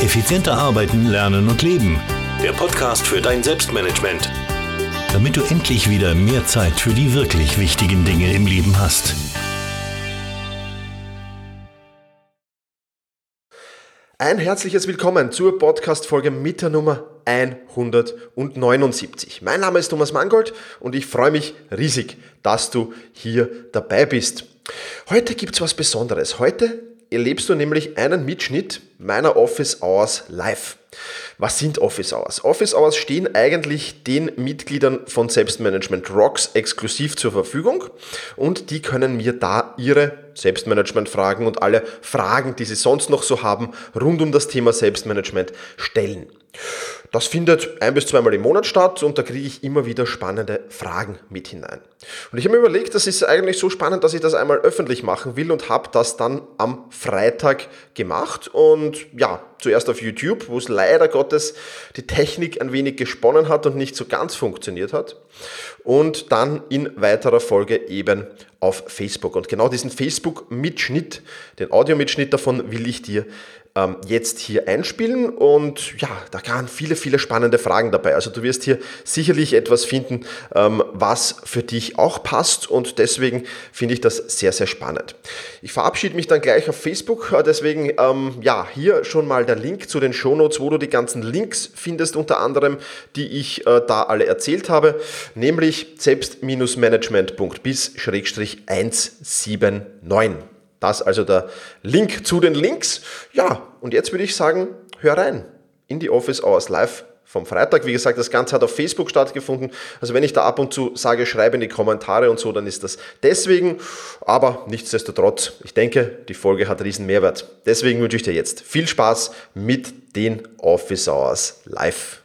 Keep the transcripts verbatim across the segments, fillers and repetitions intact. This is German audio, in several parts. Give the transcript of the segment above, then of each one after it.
Effizienter arbeiten, lernen und leben. Der Podcast für dein Selbstmanagement. Damit du endlich wieder mehr Zeit für die wirklich wichtigen Dinge im Leben hast. Ein herzliches Willkommen zur Podcast-Folge mit der Nummer hundertneunundsiebzig. Mein Name ist Thomas Mangold und ich freue mich riesig, dass du hier dabei bist. Heute gibt es was Besonderes. Heute erlebst du nämlich einen Mitschnitt meiner Office Hours live. Was sind Office Hours? Office Hours stehen eigentlich den Mitgliedern von Selbstmanagement Rocks exklusiv zur Verfügung und die können mir da ihre Selbstmanagement-Fragen und alle Fragen, die sie sonst noch so haben, rund um das Thema Selbstmanagement stellen. Das findet ein- bis zweimal im Monat statt und da kriege ich immer wieder spannende Fragen mit hinein. Und ich habe mir überlegt, das ist eigentlich so spannend, dass ich das einmal öffentlich machen will und habe das dann am Freitag gemacht und ja, zuerst auf YouTube, wo es leider Gottes die Technik ein wenig gesponnen hat und nicht so ganz funktioniert hat und dann in weiterer Folge eben auf Facebook. Und genau diesen Facebook-Mitschnitt, den Audio-Mitschnitt davon will ich dir ähm, jetzt hier einspielen und ja, da waren viele, viele spannende Fragen dabei. Also du wirst hier sicherlich etwas finden, ähm, was für dich auch passt und deswegen finde ich das sehr, sehr spannend. Ich verabschiede mich dann gleich auf Facebook, deswegen ähm, ja, hier schon mal der Link zu den Shownotes, wo du die ganzen Links findest, unter anderem, die ich äh, da alle erzählt habe, nämlich selbst-management punkt biz Schrägstrich hundertneunundsiebzig. Das also der Link zu den Links. Ja, und jetzt würde ich sagen, hör rein in die Office Hours Live vom Freitag. Wie gesagt, das Ganze hat auf Facebook stattgefunden. Also wenn ich da ab und zu sage, schreibe in die Kommentare und so, dann ist das deswegen. Aber nichtsdestotrotz, ich denke, die Folge hat riesen Mehrwert. Deswegen wünsche ich dir jetzt viel Spaß mit den Office Hours Live.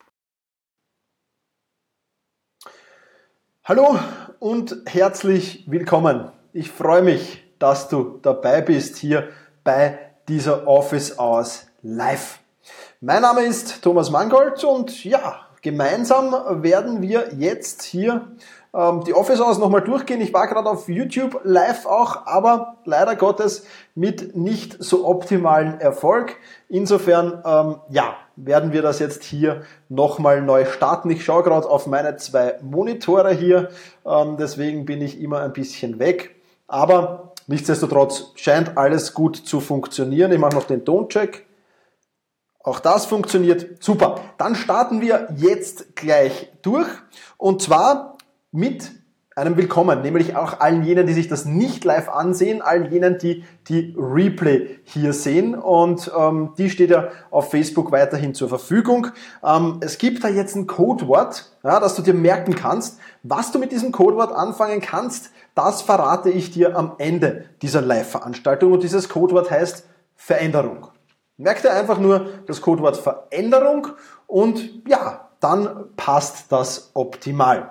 Hallo und herzlich willkommen. Ich freue mich, dass du dabei bist hier bei dieser Office Hours Live. Mein Name ist Thomas Mangold und ja, gemeinsam werden wir jetzt hier ähm, die Office Hours nochmal durchgehen. Ich war gerade auf YouTube live auch, aber leider Gottes mit nicht so optimalen Erfolg. Insofern, ähm, ja, werden wir das jetzt hier nochmal neu starten. Ich schaue gerade auf meine zwei Monitore hier, ähm, deswegen bin ich immer ein bisschen weg. Aber nichtsdestotrotz scheint alles gut zu funktionieren. Ich mache noch den Toncheck. Auch das funktioniert. Super. Dann starten wir jetzt gleich durch. Und zwar mit einem Willkommen, nämlich auch allen jenen, die sich das nicht live ansehen, allen jenen, die die Replay hier sehen. Und ähm, die steht ja auf Facebook weiterhin zur Verfügung. Ähm, es gibt da jetzt ein Codewort, ja, das du dir merken kannst. Was du mit diesem Codewort anfangen kannst, das verrate ich dir am Ende dieser Live-Veranstaltung. Und dieses Codewort heißt Veränderung. Merk dir einfach nur das Codewort Veränderung und ja, dann passt das optimal.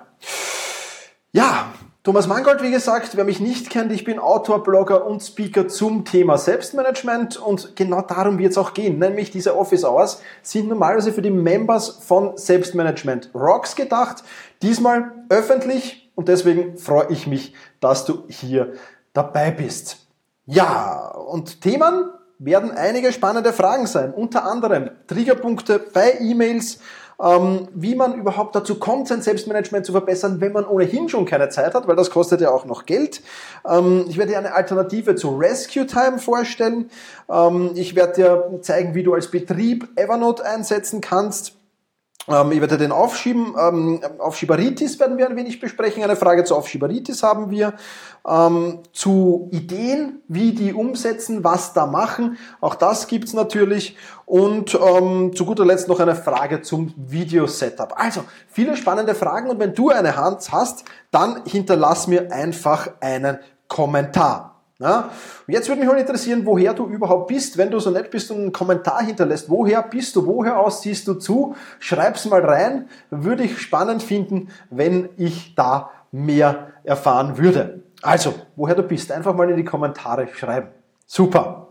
Ja, Thomas Mangold, wie gesagt, wer mich nicht kennt, ich bin Autor, Blogger und Speaker zum Thema Selbstmanagement und genau darum wird es auch gehen, nämlich diese Office Hours sind normalerweise für die Members von Selbstmanagement Rocks gedacht, diesmal öffentlich und deswegen freue ich mich, dass du hier dabei bist. Ja, und Themen werden einige spannende Fragen sein, unter anderem Triggerpunkte bei E-Mails, ähm, wie man überhaupt dazu kommt, sein Selbstmanagement zu verbessern, wenn man ohnehin schon keine Zeit hat, weil das kostet ja auch noch Geld. Ähm, ich werde dir eine Alternative zu Rescue Time vorstellen. Ähm, ich werde dir zeigen, wie du als Betrieb Evernote einsetzen kannst. Ähm, ich werde den Aufschieben, ähm, Aufschieberitis werden wir ein wenig besprechen. Eine Frage zur Aufschieberitis haben wir. Ähm, zu Ideen, wie die umsetzen, was da machen. Auch das gibt's natürlich. Und ähm, zu guter Letzt noch eine Frage zum Video-Setup. Also, viele spannende Fragen. Und wenn du eine Hand hast, dann hinterlass mir einfach einen Kommentar. Ja, jetzt würde mich mal interessieren, woher du überhaupt bist. Wenn du so nett bist und einen Kommentar hinterlässt, woher bist du, woher aus siehst du zu? Schreib's mal rein, würde ich spannend finden, wenn ich da mehr erfahren würde. Also, woher du bist, einfach mal in die Kommentare schreiben. Super.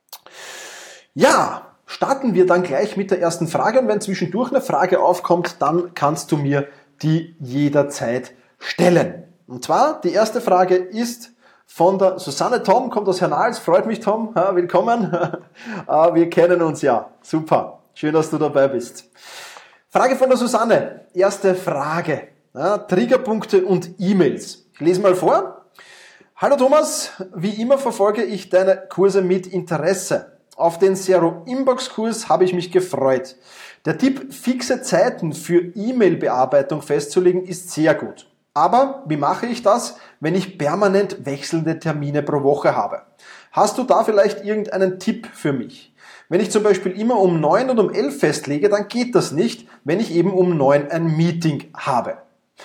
Ja, starten wir dann gleich mit der ersten Frage und wenn zwischendurch eine Frage aufkommt, dann kannst du mir die jederzeit stellen. Und zwar, die erste Frage ist, von der Susanne. Tom kommt aus Hernals, freut mich Tom, ja, willkommen. Wir kennen uns ja, super, schön, dass du dabei bist. Frage von der Susanne, erste Frage, ja, Triggerpunkte und E-Mails. Ich lese mal vor. Hallo Thomas, wie immer verfolge ich deine Kurse mit Interesse. Auf den Zero-Inbox-Kurs habe ich mich gefreut. Der Tipp, fixe Zeiten für E-Mail-Bearbeitung festzulegen, ist sehr gut. Aber wie mache ich das, wenn ich permanent wechselnde Termine pro Woche habe? Hast du da vielleicht irgendeinen Tipp für mich? Wenn ich zum Beispiel immer um neun und um elf festlege, dann geht das nicht, wenn ich eben um neun ein Meeting habe.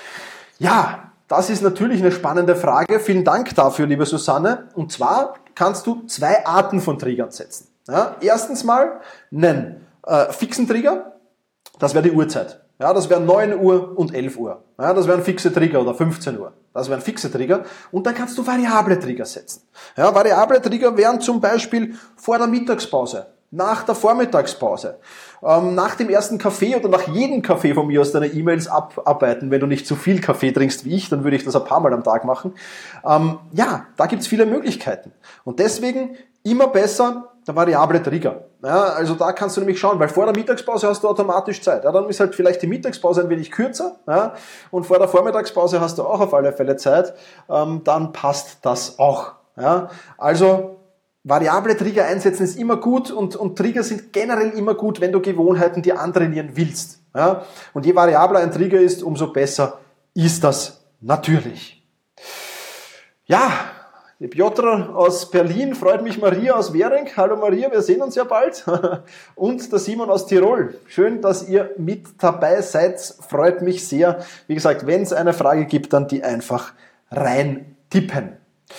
Ja, das ist natürlich eine spannende Frage. Vielen Dank dafür, liebe Susanne. Und zwar kannst du zwei Arten von Triggern setzen. Ja, erstens mal einen äh, fixen Trigger, das wäre die Uhrzeit. Ja, das wären neun Uhr und elf Uhr. Ja, das wären fixe Trigger oder fünfzehn Uhr. Das wären fixe Trigger. Und dann kannst du variable Trigger setzen. Ja, variable Trigger wären zum Beispiel vor der Mittagspause, nach der Vormittagspause, ähm, nach dem ersten Kaffee oder nach jedem Kaffee von mir aus deine E-Mails abarbeiten. Wenn du nicht zu viel Kaffee trinkst wie ich, dann würde ich das ein paar Mal am Tag machen. Ähm, ja, da gibt's viele Möglichkeiten. Und deswegen immer besser der variable Trigger. Ja, also da kannst du nämlich schauen, weil vor der Mittagspause hast du automatisch Zeit. Ja, dann ist halt vielleicht die Mittagspause ein wenig kürzer, ja, und vor der Vormittagspause hast du auch auf alle Fälle Zeit. Ähm, dann passt das auch. Ja. Also variable Trigger einsetzen ist immer gut und, und Trigger sind generell immer gut, wenn du Gewohnheiten dir antrainieren willst. Ja. Und je variabler ein Trigger ist, umso besser ist das natürlich. Ja, die Piotr aus Berlin, freut mich Maria aus Währing. Hallo Maria, wir sehen uns ja bald. Und der Simon aus Tirol. Schön, dass ihr mit dabei seid, freut mich sehr. Wie gesagt, wenn es eine Frage gibt, dann die einfach rein tippen.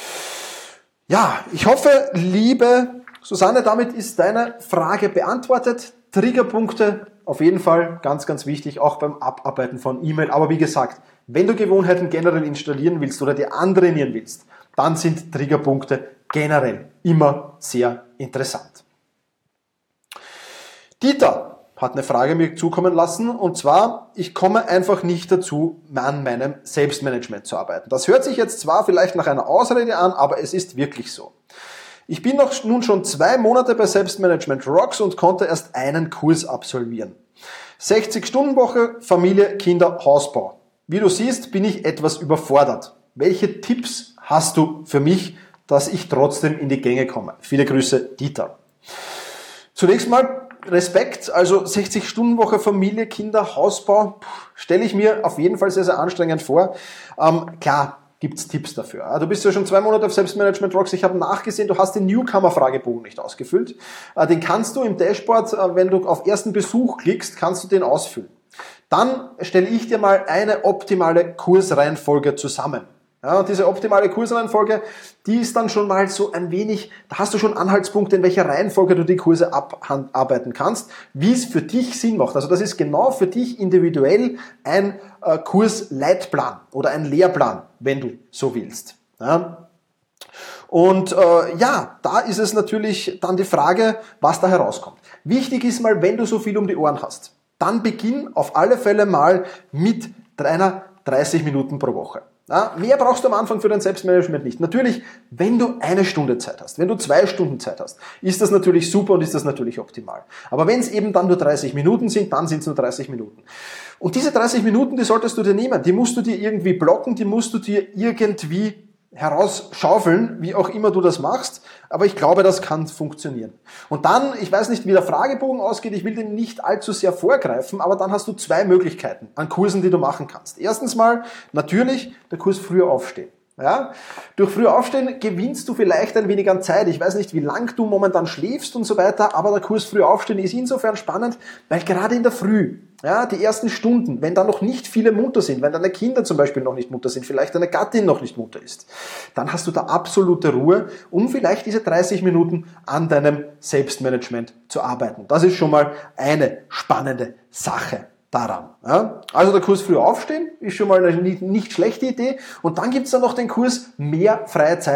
Ja, ich hoffe, liebe Susanne, damit ist deine Frage beantwortet. Triggerpunkte, auf jeden Fall ganz, ganz wichtig, auch beim Abarbeiten von E-Mail. Aber wie gesagt, wenn du Gewohnheiten generell installieren willst oder dir antrainieren willst, dann sind Triggerpunkte generell immer sehr interessant. Dieter hat eine Frage mir zukommen lassen und zwar, ich komme einfach nicht dazu, an meinem Selbstmanagement zu arbeiten. Das hört sich jetzt zwar vielleicht nach einer Ausrede an, aber es ist wirklich so. Ich bin noch nun schon zwei Monate bei Selbstmanagement Rocks und konnte erst einen Kurs absolvieren. sechzig Stunden Woche, Familie, Kinder, Hausbau. Wie du siehst, bin ich etwas überfordert. Welche Tipps hast du für mich, dass ich trotzdem in die Gänge komme? Viele Grüße, Dieter. Zunächst mal Respekt, also sechzig Stunden Woche, Familie, Kinder, Hausbau, stelle ich mir auf jeden Fall sehr, sehr anstrengend vor. Ähm, klar, gibt's Tipps dafür. Du bist ja schon zwei Monate auf Selbstmanagement Rocks. Ich habe nachgesehen, du hast den Newcomer-Fragebogen nicht ausgefüllt. Den kannst du im Dashboard, wenn du auf ersten Besuch klickst, kannst du den ausfüllen. Dann stelle ich dir mal eine optimale Kursreihenfolge zusammen. Ja, und diese optimale Kursreihenfolge, die ist dann schon mal so ein wenig, da hast du schon Anhaltspunkte, in welcher Reihenfolge du die Kurse abarbeiten kannst, wie es für dich Sinn macht. Also das ist genau für dich individuell ein äh, Kursleitplan oder ein Lehrplan, wenn du so willst. Ja. Und äh, ja, da ist es natürlich dann die Frage, was da herauskommt. Wichtig ist mal, wenn du so viel um die Ohren hast, dann beginn auf alle Fälle mal mit einer dreißig Minuten pro Woche. Ja, mehr brauchst du am Anfang für dein Selbstmanagement nicht. Natürlich, wenn du eine Stunde Zeit hast, wenn du zwei Stunden Zeit hast, ist das natürlich super und ist das natürlich optimal. Aber wenn es eben dann nur dreißig Minuten sind, dann sind es nur dreißig Minuten. Und diese dreißig Minuten, die solltest du dir nehmen. Die musst du dir irgendwie blocken, die musst du dir irgendwie herausschaufeln, wie auch immer du das machst, aber ich glaube, das kann funktionieren. Und dann, ich weiß nicht, wie der Fragebogen ausgeht, ich will den nicht allzu sehr vorgreifen, aber dann hast du zwei Möglichkeiten an Kursen, die du machen kannst. Erstens mal, natürlich, der Kurs früher aufstehen. Ja? Durch früher Aufstehen gewinnst du vielleicht ein wenig an Zeit. Ich weiß nicht, wie lang du momentan schläfst und so weiter, aber der Kurs früher Aufstehen ist insofern spannend, weil gerade in der Früh, ja, die ersten Stunden, wenn da noch nicht viele munter sind, wenn deine Kinder zum Beispiel noch nicht munter sind, vielleicht deine Gattin noch nicht munter ist, dann hast du da absolute Ruhe, um vielleicht diese dreißig Minuten an deinem Selbstmanagement zu arbeiten. Das ist schon mal eine spannende Sache daran. Ja? Also der Kurs früher aufstehen ist schon mal eine nicht, nicht schlechte Idee. Und dann gibt's dann noch den Kurs mehr freie Zeit.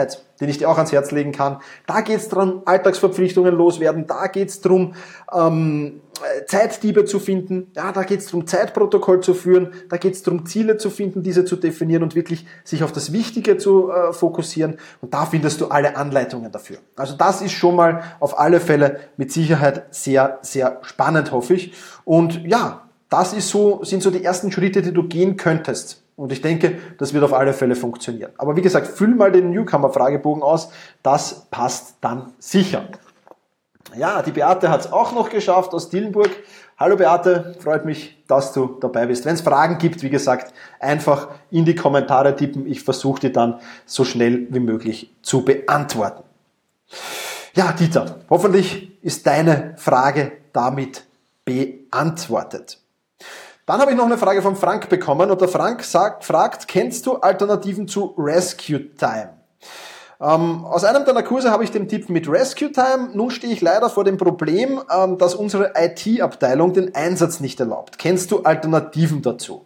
den ich dir auch ans Herz legen kann. Da geht es darum, Alltagsverpflichtungen loswerden, da geht es darum, ähm, Zeitdiebe zu finden, ja, da geht es darum, Zeitprotokoll zu führen, da geht es darum, Ziele zu finden, diese zu definieren und wirklich sich auf das Wichtige zu äh, fokussieren, und da findest du alle Anleitungen dafür. Also das ist schon mal auf alle Fälle mit Sicherheit sehr, sehr spannend, hoffe ich. Und ja, das ist so, sind so die ersten Schritte, die du gehen könntest. Und ich denke, das wird auf alle Fälle funktionieren. Aber wie gesagt, füll mal den Newcomer-Fragebogen aus, das passt dann sicher. Ja, die Beate hat es auch noch geschafft aus Dillenburg. Hallo Beate, freut mich, dass du dabei bist. Wenn es Fragen gibt, wie gesagt, einfach in die Kommentare tippen. Ich versuche die dann so schnell wie möglich zu beantworten. Ja, Dieter, hoffentlich ist deine Frage damit beantwortet. Dann habe ich noch eine Frage von Frank bekommen, und der Frank sagt, fragt, kennst du Alternativen zu Rescue Time? Ähm, aus einem deiner Kurse habe ich den Tipp mit Rescue Time. Nun stehe ich leider vor dem Problem, ähm, dass unsere I T-Abteilung den Einsatz nicht erlaubt. Kennst du Alternativen dazu?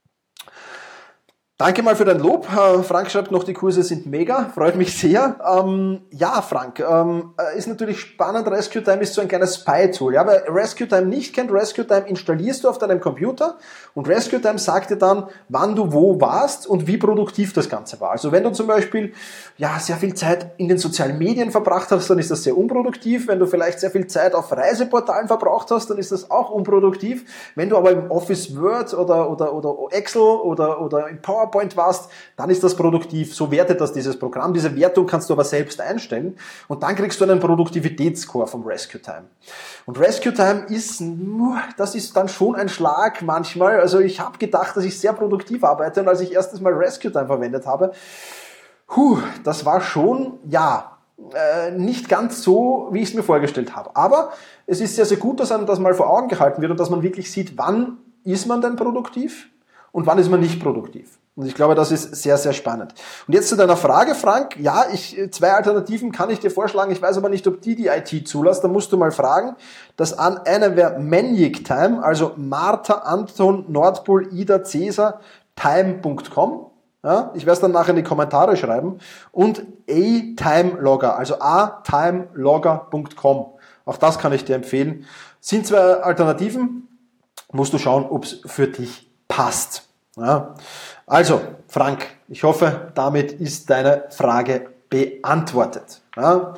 Danke mal für dein Lob. Frank schreibt noch, die Kurse sind mega, freut mich sehr. Ähm, ja, Frank, ähm, ist natürlich spannend. Rescue Time ist so ein kleines Spy-Tool. Ja, wer Rescue Time nicht kennt, Rescue Time installierst du auf deinem Computer, und Rescue Time sagt dir dann, wann du wo warst und wie produktiv das Ganze war. Also wenn du zum Beispiel ja, sehr viel Zeit in den sozialen Medien verbracht hast, dann ist das sehr unproduktiv. Wenn du vielleicht sehr viel Zeit auf Reiseportalen verbraucht hast, dann ist das auch unproduktiv. Wenn du aber im Office Word oder, oder, oder Excel oder, oder im PowerPoint Point warst, dann ist das produktiv. So wertet das dieses Programm. Diese Wertung kannst du aber selbst einstellen, und dann kriegst du einen Produktivitätsscore vom Rescue Time. Und Rescue Time ist, das ist dann schon ein Schlag manchmal. Also ich habe gedacht, dass ich sehr produktiv arbeite, und als ich erstes Mal Rescue Time verwendet habe, puh, das war schon, ja, äh, nicht ganz so, wie ich es mir vorgestellt habe. Aber es ist sehr, sehr gut, dass einem das mal vor Augen gehalten wird und dass man wirklich sieht, wann ist man denn produktiv und wann ist man nicht produktiv. Und ich glaube, das ist sehr, sehr spannend. Und jetzt zu deiner Frage, Frank. Ja, ich, zwei Alternativen kann ich dir vorschlagen. Ich weiß aber nicht, ob die die I T zulässt. Da musst du mal fragen. Das eine wäre Maniac Time, also Martha, Anton, Nordpol, Ida, Cäsar, time punkt com. Ja, ich werde es dann nachher in die Kommentare schreiben. Und A-Time-Logger, also a time logger punkt com. Auch das kann ich dir empfehlen. Sind zwei Alternativen. Musst du schauen, ob es für dich passt. Ja. Also, Frank, ich hoffe, damit ist deine Frage beantwortet. Ja.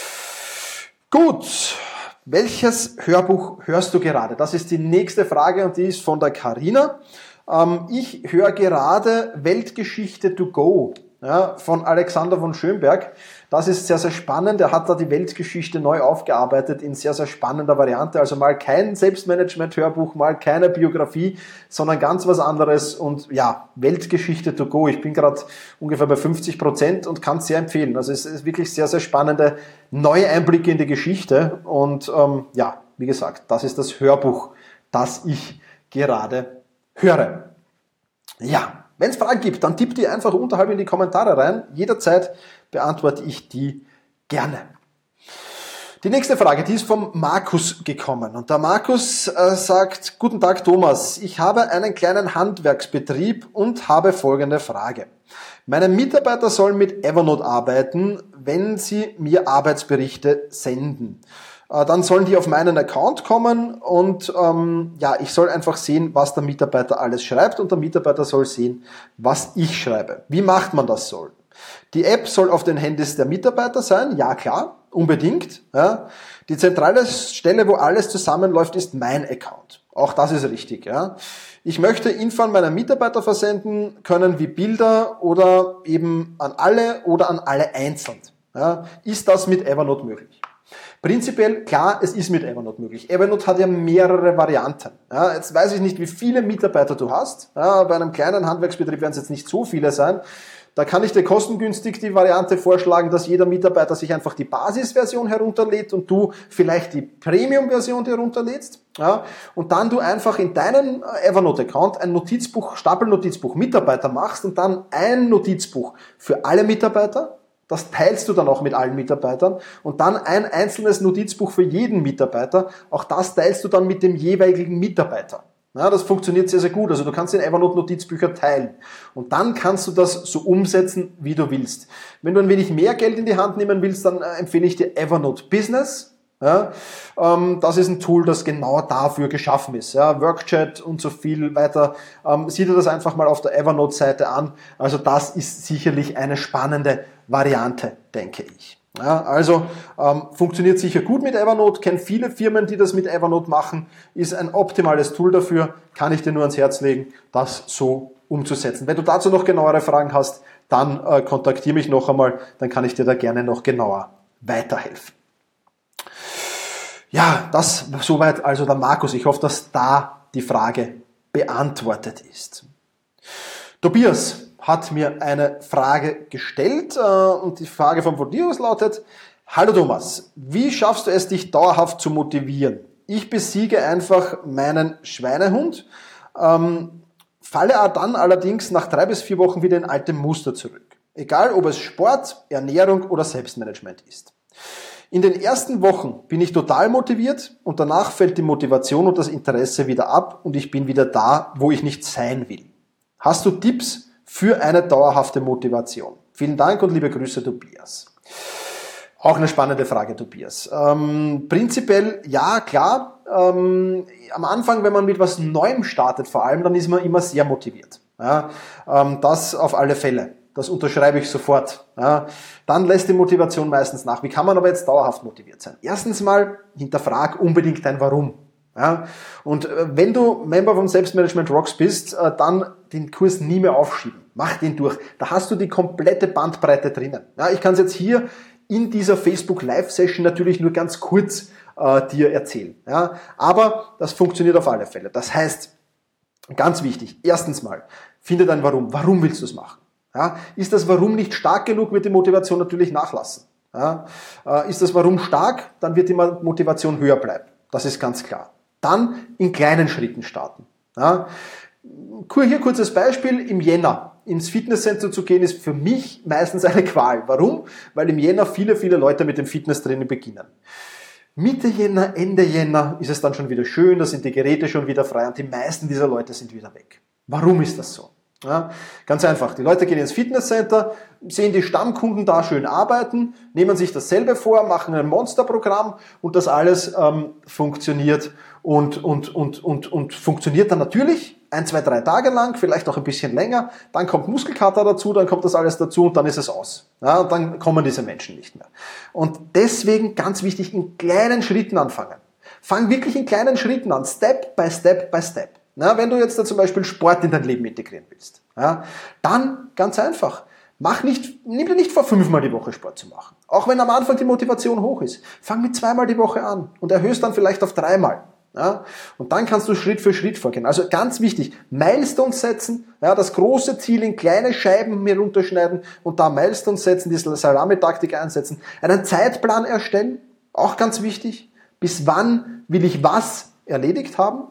Gut, welches Hörbuch hörst du gerade? Das ist die nächste Frage, und die ist von der Carina. Ähm, ich höre gerade Weltgeschichte to go, ja, von Alexander von Schönberg. Das ist sehr, sehr spannend. Er hat da die Weltgeschichte neu aufgearbeitet in sehr, sehr spannender Variante. Also mal kein Selbstmanagement-Hörbuch, mal keine Biografie, sondern ganz was anderes. Und ja, Weltgeschichte to go. Ich bin gerade ungefähr bei fünfzig Prozent und kann es sehr empfehlen. Also es ist wirklich sehr, sehr spannende neue Einblicke in die Geschichte. Und ähm, ja, wie gesagt, das ist das Hörbuch, das ich gerade höre. Ja, wenn es Fragen gibt, dann tipp die einfach unterhalb in die Kommentare rein. Jederzeit beantworte ich die gerne. Die nächste Frage, die ist vom Markus gekommen. Und der Markus äh, sagt, guten Tag Thomas, ich habe einen kleinen Handwerksbetrieb und habe folgende Frage. Meine Mitarbeiter sollen mit Evernote arbeiten, wenn sie mir Arbeitsberichte senden. Äh, dann sollen die auf meinen Account kommen, und ähm, ja, ich soll einfach sehen, was der Mitarbeiter alles schreibt, und der Mitarbeiter soll sehen, was ich schreibe. Wie macht man das soll? Die App soll auf den Handys der Mitarbeiter sein, ja klar, unbedingt. Ja. Die zentrale Stelle, wo alles zusammenläuft, ist mein Account. Auch das ist richtig. Ja. Ich möchte Info an meine Mitarbeiter versenden können, wie Bilder oder eben an alle oder an alle einzeln. Ja. Ist das mit Evernote möglich? Prinzipiell, klar, es ist mit Evernote möglich. Evernote hat ja mehrere Varianten. Ja, jetzt weiß ich nicht, wie viele Mitarbeiter du hast. Ja, bei einem kleinen Handwerksbetrieb werden es jetzt nicht so viele sein. Da kann ich dir kostengünstig die Variante vorschlagen, dass jeder Mitarbeiter sich einfach die Basisversion herunterlädt und du vielleicht die Premium-Version herunterlädst. Ja, und dann du einfach in deinem Evernote-Account ein Notizbuch, Stapelnotizbuch Mitarbeiter machst und dann ein Notizbuch für alle Mitarbeiter. Das teilst du dann auch mit allen Mitarbeitern, und dann ein einzelnes Notizbuch für jeden Mitarbeiter. Auch das teilst du dann mit dem jeweiligen Mitarbeiter. Ja, das funktioniert sehr, sehr gut. Also du kannst in Evernote Notizbücher teilen und dann kannst du das so umsetzen, wie du willst. Wenn du ein wenig mehr Geld in die Hand nehmen willst, dann äh, empfehle ich dir Evernote Business. Ja, ähm, das ist ein Tool, das genau dafür geschaffen ist. Ja, Workchat und so viel weiter. Ähm, sieh dir das einfach mal auf der Evernote-Seite an. Also das ist sicherlich eine spannende Variante, denke ich. Ja, also ähm, funktioniert sicher gut mit Evernote, kenne viele Firmen, die das mit Evernote machen, ist ein optimales Tool dafür, kann ich dir nur ans Herz legen, das so umzusetzen. Wenn du dazu noch genauere Fragen hast, dann äh, kontaktiere mich noch einmal, dann kann ich dir da gerne noch genauer weiterhelfen. Ja, das soweit also der Markus. Ich hoffe, dass da die Frage beantwortet ist. Tobias hat mir eine Frage gestellt äh, und die Frage von Vodius lautet: Hallo Thomas, wie schaffst du es, dich dauerhaft zu motivieren? Ich besiege einfach meinen Schweinehund, ähm, falle dann allerdings nach drei bis vier Wochen wieder in alte Muster zurück. Egal, ob es Sport, Ernährung oder Selbstmanagement ist. In den ersten Wochen bin ich total motiviert und danach fällt die Motivation und das Interesse wieder ab und ich bin wieder da, wo ich nicht sein will. Hast du Tipps für eine dauerhafte Motivation? Vielen Dank und liebe Grüße, Tobias. Auch eine spannende Frage, Tobias. Ähm, prinzipiell, ja, klar. Ähm, am Anfang, wenn man mit was Neuem startet vor allem, dann ist man immer sehr motiviert. Ja, ähm, das auf alle Fälle. Das unterschreibe ich sofort. Ja, dann lässt die Motivation meistens nach. Wie kann man aber jetzt dauerhaft motiviert sein? Erstens mal, hinterfrag unbedingt dein Warum. Ja, und wenn du Member vom Selbstmanagement Rocks bist, dann den Kurs nie mehr aufschieben. Mach den durch. Da hast du die komplette Bandbreite drinnen. Ja, ich kann es jetzt hier in dieser Facebook Live Session natürlich nur ganz kurz äh, dir erzählen. Ja, aber das funktioniert auf alle Fälle. Das heißt, ganz wichtig, erstens mal, finde dein Warum. Warum willst du es machen? Ja, ist das Warum nicht stark genug, wird die Motivation natürlich nachlassen. Ja, äh, ist das Warum stark, dann wird die Motivation höher bleiben. Das ist ganz klar. Dann in kleinen Schritten starten. Ja, hier kurzes Beispiel, im Jänner ins Fitnesscenter zu gehen, ist für mich meistens eine Qual. Warum? Weil im Jänner viele, viele Leute mit dem Fitnesstraining beginnen. Mitte Jänner, Ende Jänner ist es dann schon wieder schön, da sind die Geräte schon wieder frei und die meisten dieser Leute sind wieder weg. Warum ist das so? Ja, ganz einfach, die Leute gehen ins Fitnesscenter, sehen die Stammkunden da schön arbeiten, nehmen sich dasselbe vor, machen ein Monsterprogramm und das alles ähm, funktioniert und, und, und, und, und funktioniert dann natürlich ein, zwei, drei Tage lang, vielleicht auch ein bisschen länger, dann kommt Muskelkater dazu, dann kommt das alles dazu und dann ist es aus. Ja, und dann kommen diese Menschen nicht mehr. Und deswegen ganz wichtig, in kleinen Schritten anfangen. Fang wirklich in kleinen Schritten an, Step by Step by Step. Na, wenn du jetzt da zum Beispiel Sport in dein Leben integrieren willst, ja, dann ganz einfach. Mach nicht, nimm dir nicht vor, fünfmal die Woche Sport zu machen. Auch wenn am Anfang die Motivation hoch ist. Fang mit zweimal die Woche an und erhöhst dann vielleicht auf dreimal. Ja, und dann kannst du Schritt für Schritt vorgehen. Also ganz wichtig, Milestones setzen, ja, das große Ziel in kleine Scheiben mir runterschneiden und da Milestones setzen, die Salami-Taktik einsetzen, einen Zeitplan erstellen, auch ganz wichtig. Bis wann will ich was erledigt haben?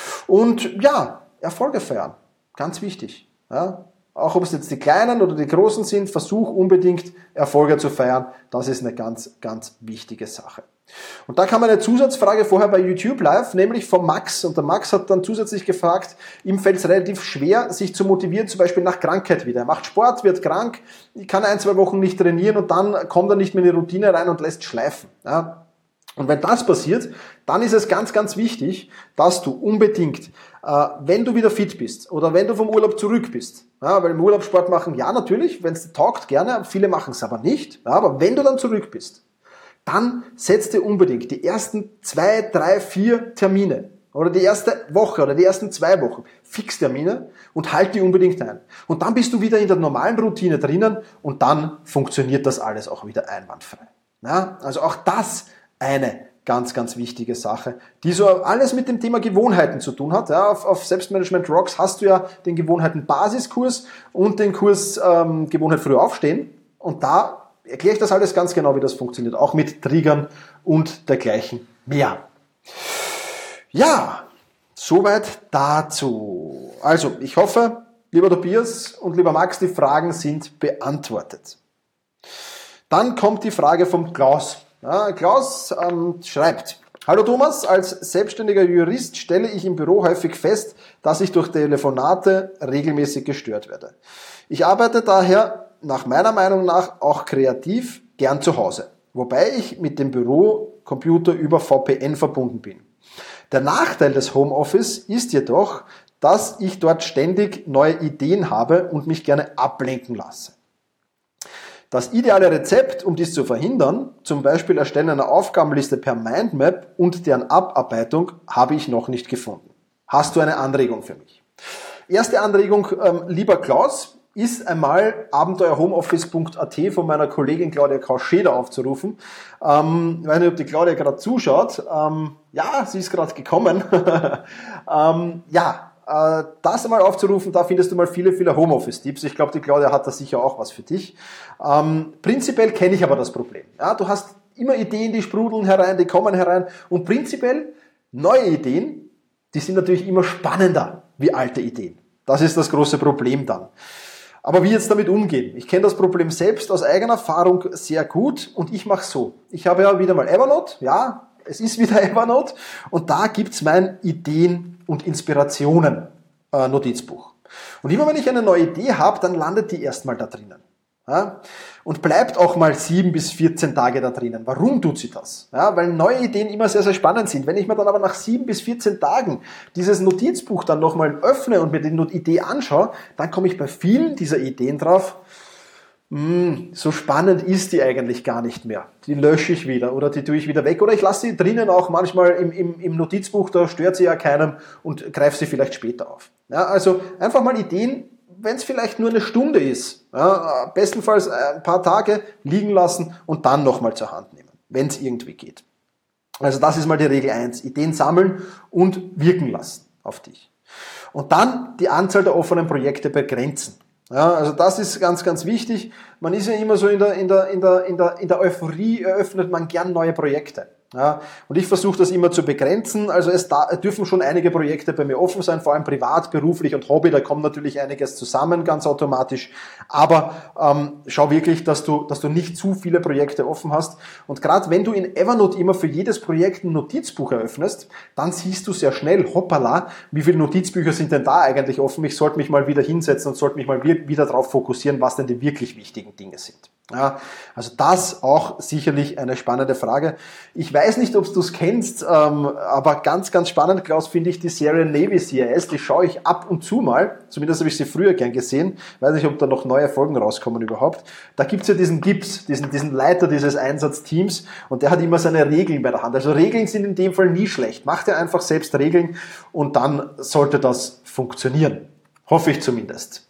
Und ja, Erfolge feiern, ganz wichtig. Ja, auch ob es jetzt die kleinen oder die großen sind, versuch unbedingt Erfolge zu feiern. Das ist eine ganz, ganz wichtige Sache. Und da kam eine Zusatzfrage vorher bei YouTube Live, nämlich von Max. Und der Max hat dann zusätzlich gefragt, ihm fällt es relativ schwer, sich zu motivieren, zum Beispiel nach Krankheit wieder. Er macht Sport, wird krank, kann ein, zwei Wochen nicht trainieren und dann kommt er nicht mehr in die Routine rein und lässt schleifen. Ja. Und wenn das passiert, dann ist es ganz, ganz wichtig, dass du unbedingt, äh, wenn du wieder fit bist oder wenn du vom Urlaub zurück bist, ja, weil im Urlaub Sport machen, ja natürlich, wenn es taugt, gerne, viele machen es aber nicht, ja, aber wenn du dann zurück bist, dann setz dir unbedingt die ersten zwei, drei, vier Termine oder die erste Woche oder die ersten zwei Wochen Fixtermine und halt die unbedingt ein. Und dann bist du wieder in der normalen Routine drinnen und dann funktioniert das alles auch wieder einwandfrei. Ja, also auch das eine ganz, ganz wichtige Sache, die so alles mit dem Thema Gewohnheiten zu tun hat. Ja, auf, auf Selbstmanagement Rocks hast du ja den Gewohnheiten-Basiskurs und den Kurs ähm, Gewohnheit früh aufstehen. Und da erkläre ich das alles ganz genau, wie das funktioniert, auch mit Triggern und dergleichen mehr. Ja, soweit dazu. Also, ich hoffe, lieber Tobias und lieber Max, die Fragen sind beantwortet. Dann kommt die Frage vom Klaus. Ja, Klaus ähm, schreibt, Hallo Thomas, als selbstständiger Jurist stelle ich im Büro häufig fest, dass ich durch Telefonate regelmäßig gestört werde. Ich arbeite daher nach meiner Meinung nach auch kreativ gern zu Hause, wobei ich mit dem Bürocomputer über V P N verbunden bin. Der Nachteil des Homeoffice ist jedoch, dass ich dort ständig neue Ideen habe und mich gerne ablenken lasse. Das ideale Rezept, um dies zu verhindern, zum Beispiel Erstellen einer Aufgabenliste per Mindmap und deren Abarbeitung, habe ich noch nicht gefunden. Hast du eine Anregung für mich? Erste Anregung, ähm, lieber Klaus, ist einmal abenteuer homeoffice punkt a t von meiner Kollegin Claudia Kauscheder aufzurufen. Ähm, ich weiß nicht, ob die Claudia gerade zuschaut. Ähm, ja, sie ist gerade gekommen. ähm, ja, äh, das einmal aufzurufen, da findest du mal viele, viele Homeoffice-Tipps. Ich glaube, die Claudia hat da sicher auch was für dich. Ähm, prinzipiell kenne ich aber das Problem. Ja, du hast immer Ideen, die sprudeln herein, die kommen herein. Und prinzipiell neue Ideen, die sind natürlich immer spannender wie alte Ideen. Das ist das große Problem dann. Aber wie jetzt damit umgehen? Ich kenne das Problem selbst aus eigener Erfahrung sehr gut und ich mache so. Ich habe ja wieder mal Evernote, ja, es ist wieder Evernote und da gibt's mein Ideen- und Inspirationen-Notizbuch. Und immer wenn ich eine neue Idee habe, dann landet die erstmal da drinnen. Ja, und bleibt auch mal sieben bis vierzehn Tage da drinnen. Warum tut sie das? Ja, weil neue Ideen immer sehr, sehr spannend sind. Wenn ich mir dann aber nach sieben bis vierzehn Tagen dieses Notizbuch dann nochmal öffne und mir die Idee anschaue, dann komme ich bei vielen dieser Ideen drauf, mh, so spannend ist die eigentlich gar nicht mehr. Die lösche ich wieder oder die tue ich wieder weg oder ich lasse sie drinnen auch manchmal im, im, im Notizbuch, da stört sie ja keinem und greife sie vielleicht später auf. Ja, also einfach mal Ideen, wenn es vielleicht nur eine Stunde ist, ja, bestenfalls ein paar Tage liegen lassen und dann nochmal zur Hand nehmen, wenn es irgendwie geht. Also das ist mal die Regel eins, Ideen sammeln und wirken lassen auf dich. Und dann die Anzahl der offenen Projekte begrenzen. Ja, also das ist ganz, ganz wichtig. Man ist ja immer so in der, in der, in der, in der, in der Euphorie eröffnet man gern neue Projekte. Ja, und ich versuche das immer zu begrenzen. Also es da, dürfen schon einige Projekte bei mir offen sein, vor allem privat, beruflich und Hobby. Da kommt natürlich einiges zusammen, ganz automatisch. Aber ähm, schau wirklich, dass du, dass du nicht zu viele Projekte offen hast. Und gerade wenn du in Evernote immer für jedes Projekt ein Notizbuch eröffnest, dann siehst du sehr schnell, hoppala, wie viele Notizbücher sind denn da eigentlich offen? Ich sollte mich mal wieder hinsetzen und sollte mich mal wieder darauf fokussieren, was denn die wirklich wichtigen Dinge sind. Ja, also das auch sicherlich eine spannende Frage. Ich weiß nicht, ob du es kennst, ähm, aber ganz, ganz spannend, Klaus, finde ich die Serie Navy C I S. Die schaue ich ab und zu mal. Zumindest habe ich sie früher gern gesehen. Weiß nicht, ob da noch neue Folgen rauskommen überhaupt. Da gibt's ja diesen Gibbs, diesen, diesen Leiter dieses Einsatzteams und der hat immer seine Regeln bei der Hand. Also Regeln sind in dem Fall nie schlecht. Macht er einfach selbst Regeln und dann sollte das funktionieren. Hoffe ich zumindest.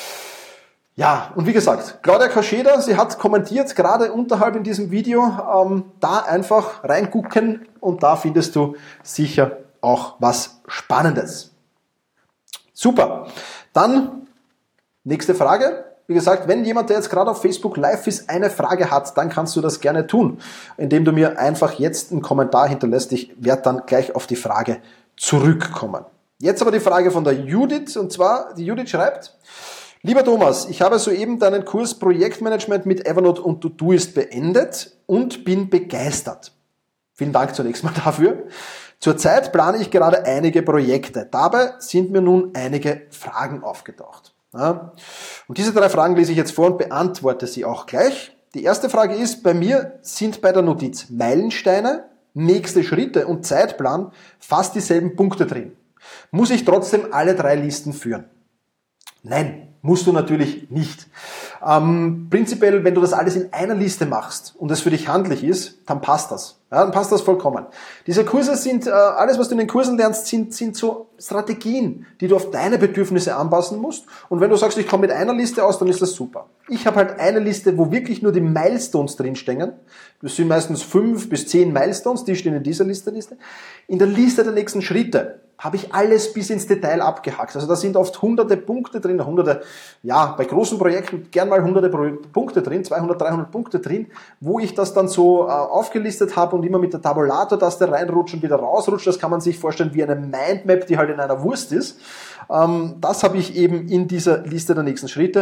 Ja, und wie gesagt, Claudia Kauscheder, sie hat kommentiert, gerade unterhalb in diesem Video, ähm, da einfach reingucken und da findest du sicher auch was Spannendes. Super. Dann nächste Frage. Wie gesagt, wenn jemand, der jetzt gerade auf Facebook live ist, eine Frage hat, dann kannst du das gerne tun, indem du mir einfach jetzt einen Kommentar hinterlässt. Ich werde dann gleich auf die Frage zurückkommen. Jetzt aber die Frage von der Judith, und zwar, die Judith schreibt: Lieber Thomas, ich habe soeben deinen Kurs Projektmanagement mit Evernote und Todoist beendet und bin begeistert. Vielen Dank zunächst mal dafür. Zurzeit plane ich gerade einige Projekte. Dabei sind mir nun einige Fragen aufgetaucht. Ja. Und diese drei Fragen lese ich jetzt vor und beantworte sie auch gleich. Die erste Frage ist, bei mir sind bei der Notiz Meilensteine, nächste Schritte und Zeitplan fast dieselben Punkte drin. Muss ich trotzdem alle drei Listen führen? Nein, musst du natürlich nicht. Ähm, prinzipiell, wenn du das alles in einer Liste machst und es für dich handlich ist, dann passt das. Ja, dann passt das vollkommen. Diese Kurse sind, äh, alles was du in den Kursen lernst, sind, sind so Strategien, die du auf deine Bedürfnisse anpassen musst. Und wenn du sagst, ich komme mit einer Liste aus, dann ist das super. Ich habe halt eine Liste, wo wirklich nur die Milestones drinstehen. Das sind meistens fünf bis zehn Milestones, die stehen in dieser Liste. In der Liste der nächsten Schritte habe ich alles bis ins Detail abgehackt. Also da sind oft hunderte Punkte drin, hunderte, ja, bei großen Projekten gern mal hunderte Punkte drin, zweihundert, dreihundert Punkte drin, wo ich das dann so äh, aufgelistet habe und immer mit der Tabulator-Taste reinrutscht und wieder rausrutscht. Das kann man sich vorstellen wie eine Mindmap, die halt in einer Wurst ist. Ähm, das habe ich eben in dieser Liste der nächsten Schritte.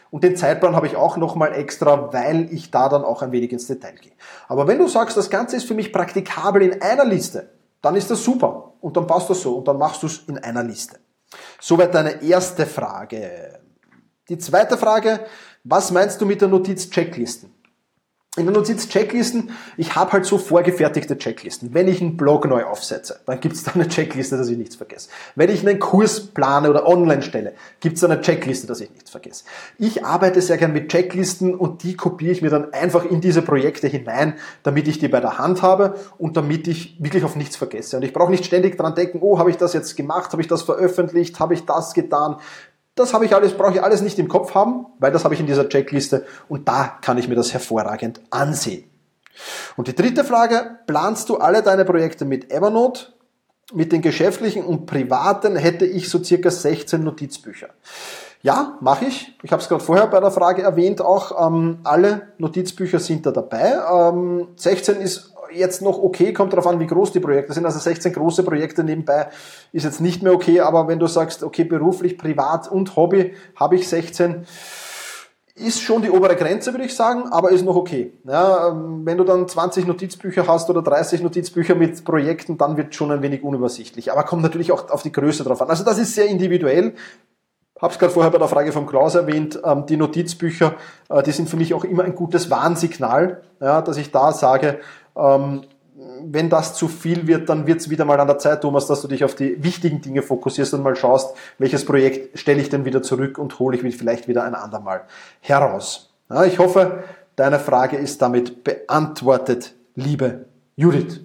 Und den Zeitplan habe ich auch nochmal extra, weil ich da dann auch ein wenig ins Detail gehe. Aber wenn du sagst, das Ganze ist für mich praktikabel in einer Liste, dann ist das super. Und dann passt das so und dann machst du es in einer Liste. Soweit deine erste Frage. Die zweite Frage, was meinst du mit der Notiz-Checklisten? In der Notiz-Checklisten, ich habe halt so vorgefertigte Checklisten. Wenn ich einen Blog neu aufsetze, dann gibt es da eine Checkliste, dass ich nichts vergesse. Wenn ich einen Kurs plane oder online stelle, gibt es da eine Checkliste, dass ich nichts vergesse. Ich arbeite sehr gern mit Checklisten und die kopiere ich mir dann einfach in diese Projekte hinein, damit ich die bei der Hand habe und damit ich wirklich auf nichts vergesse. Und ich brauche nicht ständig dran denken, oh, habe ich das jetzt gemacht, habe ich das veröffentlicht, habe ich das getan. Das habe ich alles, brauche ich alles nicht im Kopf haben, weil das habe ich in dieser Checkliste und da kann ich mir das hervorragend ansehen. Und die dritte Frage, planst du alle deine Projekte mit Evernote? Mit den geschäftlichen und privaten hätte ich so circa sechzehn Notizbücher. Ja, mache ich. Ich habe es gerade vorher bei der Frage erwähnt, auch ähm, alle Notizbücher sind da dabei. Ähm, sechzehn ist jetzt noch okay, kommt darauf an, wie groß die Projekte sind. Also sechzehn große Projekte nebenbei ist jetzt nicht mehr okay, aber wenn du sagst, okay, beruflich, privat und Hobby habe ich sechzehn, ist schon die obere Grenze, würde ich sagen, aber ist noch okay. Ja, wenn du dann zwanzig Notizbücher hast oder dreißig Notizbücher mit Projekten, dann wird es schon ein wenig unübersichtlich. Aber kommt natürlich auch auf die Größe drauf an. Also das ist sehr individuell. Habe es gerade vorher bei der Frage von Klaus erwähnt, ähm, die Notizbücher, äh, die sind für mich auch immer ein gutes Warnsignal, ja, dass ich da sage, ähm, wenn das zu viel wird, dann wird es wieder mal an der Zeit, Thomas, dass du dich auf die wichtigen Dinge fokussierst und mal schaust, welches Projekt stelle ich denn wieder zurück und hole ich vielleicht wieder ein andermal heraus. Ja, ich hoffe, deine Frage ist damit beantwortet, liebe Judith.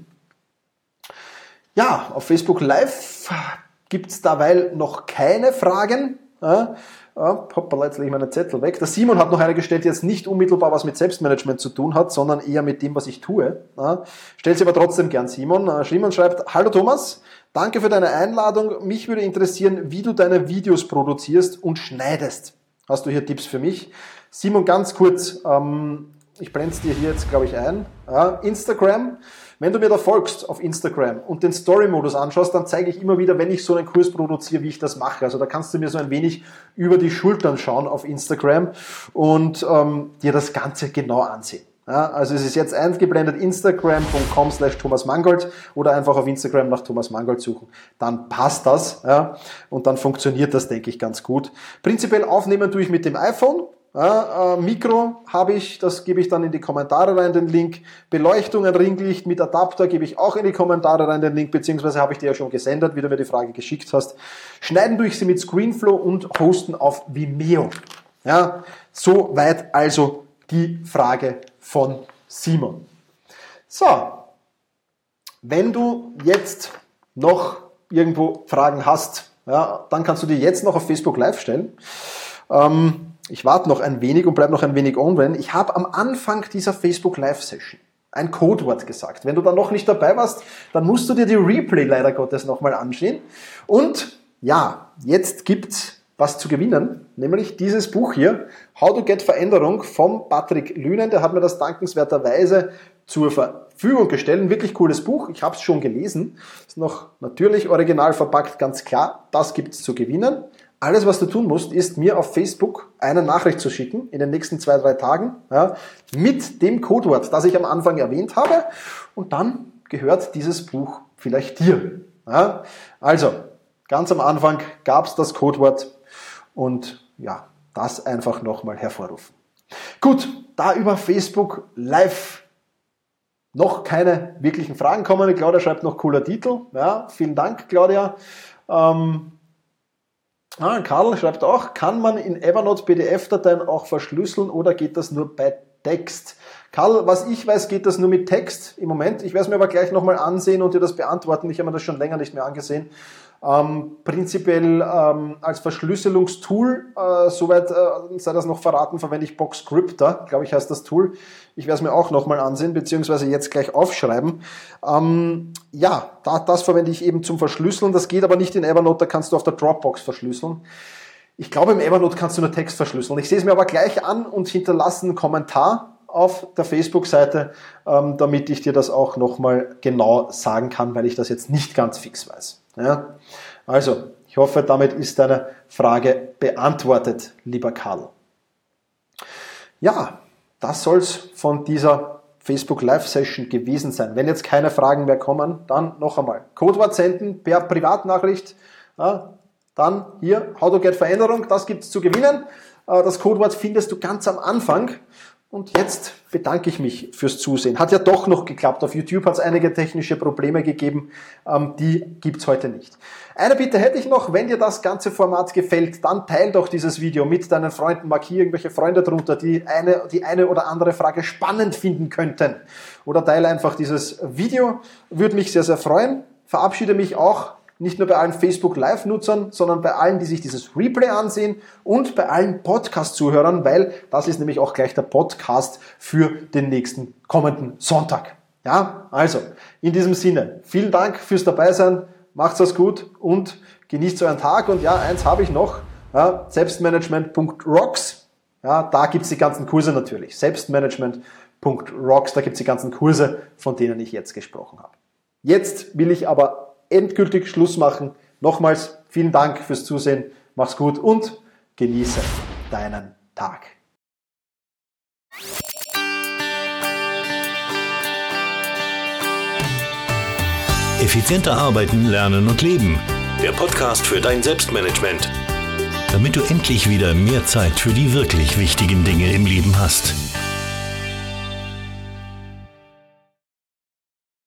Ja, auf Facebook Live gibt es derweil noch keine Fragen. Ja, hoppala, jetzt lege ich meinen Zettel weg. Der Simon hat noch eine gestellt, die jetzt nicht unmittelbar was mit Selbstmanagement zu tun hat, sondern eher mit dem, was ich tue. Ja, stellt sie aber trotzdem gern, Simon. Simon schreibt, hallo Thomas, danke für deine Einladung. Mich würde interessieren, wie du deine Videos produzierst und schneidest. Hast du hier Tipps für mich? Simon, ganz kurz, ähm, ich blende es dir hier jetzt, glaube ich, ein. Ja, Instagram. Wenn du mir da folgst auf Instagram und den Story-Modus anschaust, dann zeige ich immer wieder, wenn ich so einen Kurs produziere, wie ich das mache. Also da kannst du mir so ein wenig über die Schultern schauen auf Instagram und ähm, dir das Ganze genau ansehen. Ja, also es ist jetzt eingeblendet instagram punkt com slash thomas mangold oder einfach auf Instagram nach Thomas Mangold suchen. Dann passt das, ja, und dann funktioniert das, denke ich, ganz gut. Prinzipiell aufnehmen tue ich mit dem iPhone. Ja, äh, Mikro habe ich, das gebe ich dann in die Kommentare rein, den Link. Beleuchtung, ein Ringlicht mit Adapter gebe ich auch in die Kommentare rein, den Link, beziehungsweise habe ich dir ja schon gesendet, wie du mir die Frage geschickt hast. Schneiden tue ich sie mit Screenflow und hosten auf Vimeo. Ja, so weit also die Frage von Simon. So, wenn du jetzt noch irgendwo Fragen hast, ja, dann kannst du die jetzt noch auf Facebook Live stellen. Ähm, Ich warte noch ein wenig und bleibe noch ein wenig online. Ich habe am Anfang dieser Facebook Live Session ein Codewort gesagt. Wenn du da noch nicht dabei warst, dann musst du dir die Replay leider Gottes nochmal ansehen. Und ja, jetzt gibt's was zu gewinnen, nämlich dieses Buch hier, How to Get Veränderung von Patrick Lünen. Der hat mir das dankenswerterweise zur Verfügung gestellt. Ein wirklich cooles Buch. Ich habe es schon gelesen. Ist noch natürlich original verpackt, ganz klar. Das gibt's zu gewinnen. Alles, was du tun musst, ist mir auf Facebook eine Nachricht zu schicken in den nächsten zwei, drei Tagen, ja, mit dem Codewort, das ich am Anfang erwähnt habe. Und dann gehört dieses Buch vielleicht dir. Ja. Also, ganz am Anfang gab es das Codewort und ja, das einfach nochmal hervorrufen. Gut, da über Facebook Live noch keine wirklichen Fragen kommen. Die Claudia schreibt noch cooler Titel. Ja, vielen Dank, Claudia. Ähm, Ah, Karl schreibt auch, kann man in Evernote P D F-Dateien auch verschlüsseln oder geht das nur bei Text? Karl, was ich weiß, geht das nur mit Text im Moment. Ich werde es mir aber gleich nochmal ansehen und dir das beantworten. Ich habe mir das schon länger nicht mehr angesehen. Ähm, prinzipiell ähm, als Verschlüsselungstool, äh, soweit äh, sei das noch verraten, verwende ich Boxcryptor, glaube ich heißt das Tool. Ich werde es mir auch nochmal ansehen, beziehungsweise jetzt gleich aufschreiben. Ähm, ja, da, das verwende ich eben zum Verschlüsseln. Das geht aber nicht in Evernote, da kannst du auf der Dropbox verschlüsseln. Ich glaube, im Evernote kannst du nur Text verschlüsseln. Ich sehe es mir aber gleich an und hinterlasse einen Kommentar auf der Facebook-Seite, ähm, damit ich dir das auch nochmal genau sagen kann, weil ich das jetzt nicht ganz fix weiß. Ja? Also, ich hoffe, damit ist deine Frage beantwortet, lieber Karl. Ja, das soll es von dieser Facebook Live Session gewesen sein. Wenn jetzt keine Fragen mehr kommen, dann noch einmal Codewort senden per Privatnachricht. Ja, dann hier, How to Get Veränderung, das gibt es zu gewinnen. Das Codewort findest du ganz am Anfang. Und jetzt bedanke ich mich fürs Zusehen. Hat ja doch noch geklappt. Auf YouTube hat es einige technische Probleme gegeben. Ähm, die gibt es heute nicht. Eine Bitte hätte ich noch, wenn dir das ganze Format gefällt, dann teil doch dieses Video mit deinen Freunden. Markier irgendwelche Freunde drunter, die eine, die eine oder andere Frage spannend finden könnten. Oder teile einfach dieses Video. Würde mich sehr, sehr freuen. Verabschiede mich auch nicht nur bei allen Facebook Live-Nutzern, sondern bei allen, die sich dieses Replay ansehen und bei allen Podcast-Zuhörern, weil das ist nämlich auch gleich der Podcast für den nächsten kommenden Sonntag. Ja, also in diesem Sinne, vielen Dank fürs Dabeisein, macht's das gut und genießt euren Tag. Und ja, eins habe ich noch, ja, selbstmanagement Punkt rocks, ja, da gibt's die ganzen Kurse natürlich, selbstmanagement Punkt rocks, da gibt's die ganzen Kurse, von denen ich jetzt gesprochen habe. Jetzt will ich aber endgültig Schluss machen. Nochmals vielen Dank fürs Zusehen. Mach's gut und genieße deinen Tag. Effizienter arbeiten, lernen und leben. Der Podcast für dein Selbstmanagement. Damit du endlich wieder mehr Zeit für die wirklich wichtigen Dinge im Leben hast.